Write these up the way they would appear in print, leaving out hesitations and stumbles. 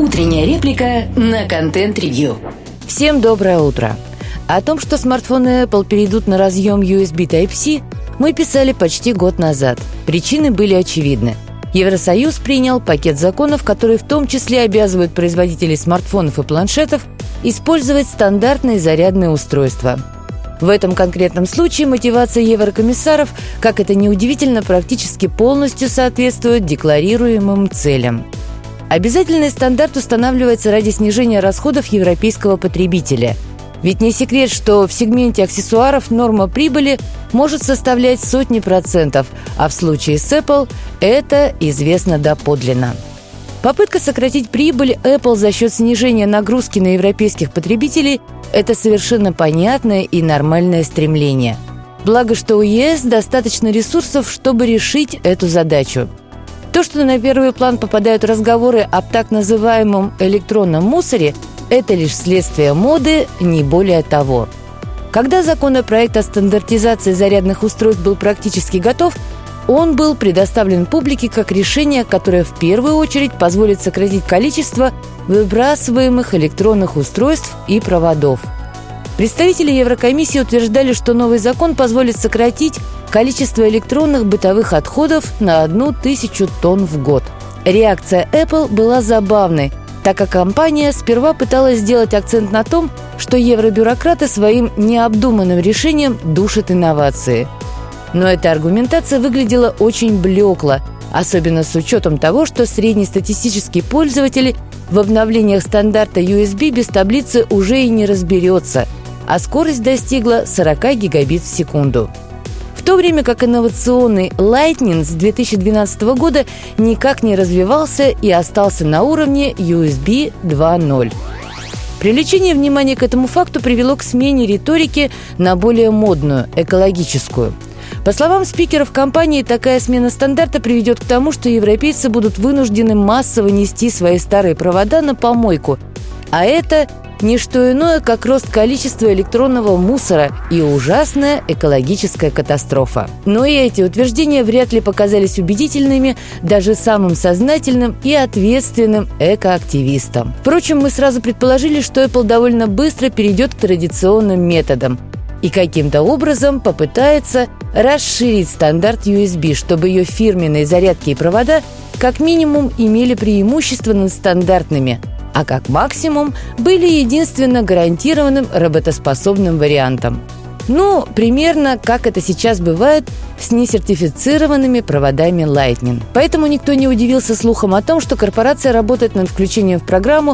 Утренняя реплика на контент-ревью. Всем доброе утро. О том, что смартфоны Apple перейдут на разъем USB Type-C, мы писали почти год назад. Причины были очевидны. Евросоюз принял пакет законов, которые в том числе обязывают производителей смартфонов и планшетов использовать стандартные зарядные устройства. В этом конкретном случае мотивация еврокомиссаров, как это ни удивительно, практически полностью соответствует декларируемым целям. Обязательный стандарт устанавливается ради снижения расходов европейского потребителя. Ведь не секрет, что в сегменте аксессуаров норма прибыли может составлять сотни процентов, а в случае с Apple это известно доподлинно. Попытка сократить прибыль Apple за счет снижения нагрузки на европейских потребителей – это совершенно понятное и нормальное стремление. Благо, что у ЕС достаточно ресурсов, чтобы решить эту задачу. То, что на первый план попадают разговоры об так называемом электронном мусоре, это лишь следствие моды, не более того. Когда законопроект о стандартизации зарядных устройств был практически готов, он был предоставлен публике как решение, которое в первую очередь позволит сократить количество выбрасываемых электронных устройств и проводов. Представители Еврокомиссии утверждали, что новый закон позволит сократить количество электронных бытовых отходов на 1000 тонн в год. Реакция Apple была забавной, так как компания сперва пыталась сделать акцент на том, что евробюрократы своим необдуманным решением душат инновации. Но эта аргументация выглядела очень блекло, особенно с учетом того, что среднестатистический пользователь в обновлениях стандарта USB без таблицы уже и не разберется, а скорость достигла 40 гигабит в секунду. В то время как инновационный Lightning с 2012 года никак не развивался и остался на уровне USB 2.0. Привлечение внимания к этому факту привело к смене риторики на более модную, экологическую. По словам спикеров компании, такая смена стандарта приведет к тому, что европейцы будут вынуждены массово нести свои старые провода на помойку. А это не что иное, как рост количества электронного мусора и ужасная экологическая катастрофа. Но и эти утверждения вряд ли показались убедительными даже самым сознательным и ответственным экоактивистам. Впрочем, мы сразу предположили, что Apple довольно быстро перейдет к традиционным методам и каким-то образом попытается расширить стандарт USB, чтобы ее фирменные зарядки и провода как минимум имели преимущество над стандартными, а как максимум были единственно гарантированным работоспособным вариантом. Примерно как это сейчас бывает с несертифицированными проводами Lightning. Поэтому никто не удивился слухам о том, что корпорация работает над включением в программу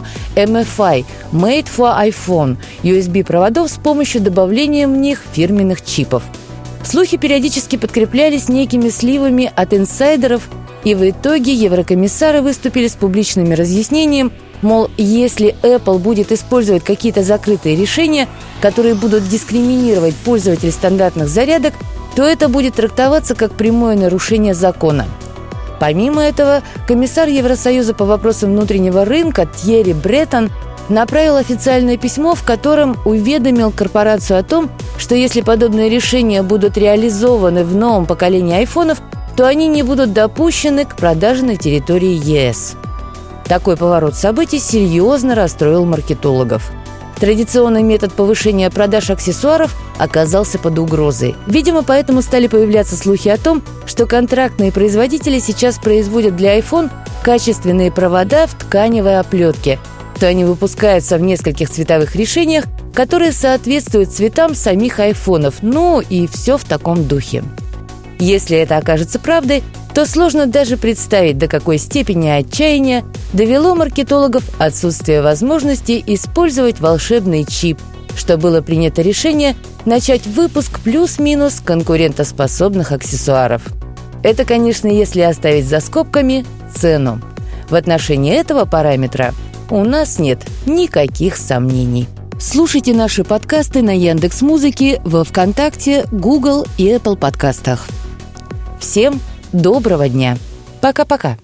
MFI – Made for iPhone – USB-проводов с помощью добавления в них фирменных чипов. Слухи периодически подкреплялись некими сливами от инсайдеров, и в итоге еврокомиссары выступили с публичным разъяснением, мол, если Apple будет использовать какие-то закрытые решения, которые будут дискриминировать пользователей стандартных зарядок, то это будет трактоваться как прямое нарушение закона. Помимо этого, комиссар Евросоюза по вопросам внутреннего рынка Тьерри Бреттон направил официальное письмо, в котором уведомил корпорацию о том, что если подобные решения будут реализованы в новом поколении айфонов, то они не будут допущены к продаже на территории ЕС. Такой поворот событий серьезно расстроил маркетологов. Традиционный метод повышения продаж аксессуаров оказался под угрозой. Видимо, поэтому стали появляться слухи о том, что контрактные производители сейчас производят для iPhone качественные провода в тканевой оплетке, что они выпускаются в нескольких цветовых решениях, которые соответствуют цветам самих айфонов, и все в таком духе. Если это окажется правдой, то сложно даже представить, до какой степени отчаяния довело маркетологов отсутствие возможности использовать волшебный чип, что было принято решение начать выпуск плюс-минус конкурентоспособных аксессуаров. Это, конечно, если оставить за скобками цену. В отношении этого параметра у нас нет никаких сомнений. Слушайте наши подкасты на Яндекс.Музыке, во ВКонтакте, Google и Apple подкастах. Всем доброго дня. Пока-пока.